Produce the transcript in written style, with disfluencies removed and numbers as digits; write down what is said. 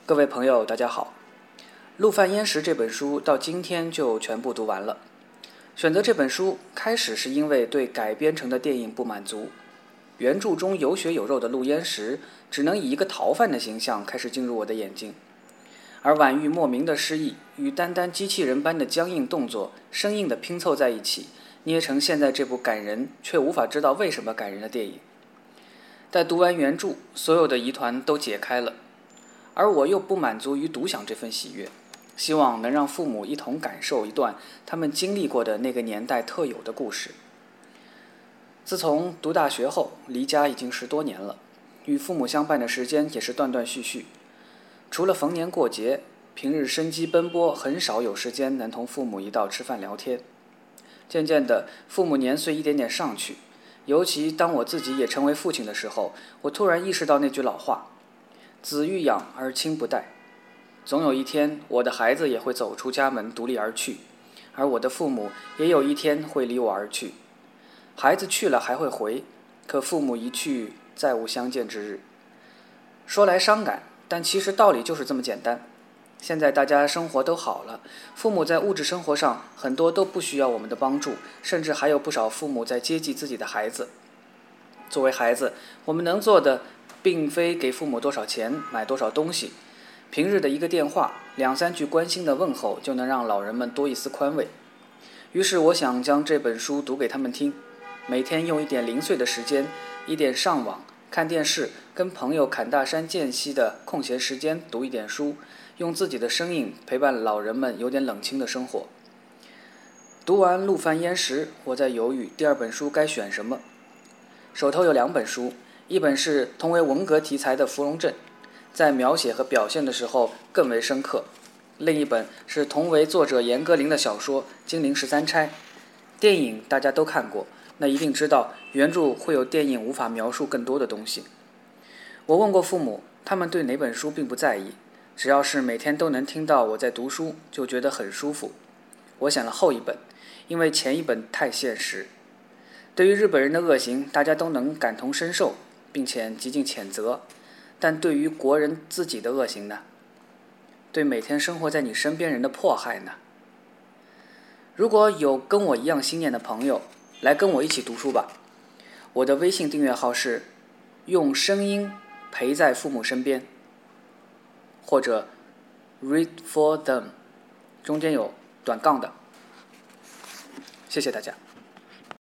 各位朋友，大家好。《陆犯焉识》这本书到今天就全部读完了。选择这本书开始是因为对改编成的电影不满足。原著中有血有肉的陆焉识，只能以一个逃犯的形象开始进入我的眼睛，而婉玉莫名的失忆与单单机器人般的僵硬动作，生硬地拼凑在一起，捏成现在这部感人却无法知道为什么感人的电影。待读完原著，所有的疑团都解开了。而我又不满足于独享这份喜悦，希望能让父母一同感受一段他们经历过的那个年代特有的故事。自从读大学后，离家已经10多年了，与父母相伴的时间也是断断续续。除了逢年过节，平日生机奔波，很少有时间能同父母一道吃饭聊天。渐渐的，父母年岁一点点上去，尤其当我自己也成为父亲的时候，我突然意识到那句老话：子欲养而亲不待。总有一天，我的孩子也会走出家门，独立而去，而我的父母也有一天会离我而去。孩子去了还会回，可父母一去，再无相见之日。说来伤感，但其实道理就是这么简单。现在大家生活都好了，父母在物质生活上很多都不需要我们的帮助，甚至还有不少父母在接济自己的孩子。作为孩子，我们能做的并非给父母多少钱，买多少东西，平日的一个电话，2、3句关心的问候，就能让老人们多一丝宽慰。于是我想将这本书读给他们听，每天用一点零碎的时间，一点上网、看电视、跟朋友侃大山间隙的空闲时间读一点书，用自己的声音陪伴老人们有点冷清的生活。读完《陆犯焉识》，我在犹豫第2本书该选什么。手头有2本书，一本是同为文革题材的《芙蓉镇》，在描写和表现的时候更为深刻；另一本是同为作者严歌苓的小说《金陵十三钗》。电影大家都看过，那一定知道原著会有电影无法描述更多的东西。我问过父母，他们对哪本书并不在意，只要是每天都能听到我在读书，就觉得很舒服。我选了后一本，因为前一本太现实。对于日本人的恶行，大家都能感同身受，并且极尽谴责。但对于国人自己的恶行呢？对每天生活在你身边人的迫害呢？如果有跟我一样心念的朋友，来跟我一起读书吧。我的微信订阅号是用声音陪在父母身边，或者 read for them， 中间有短杠的。谢谢大家。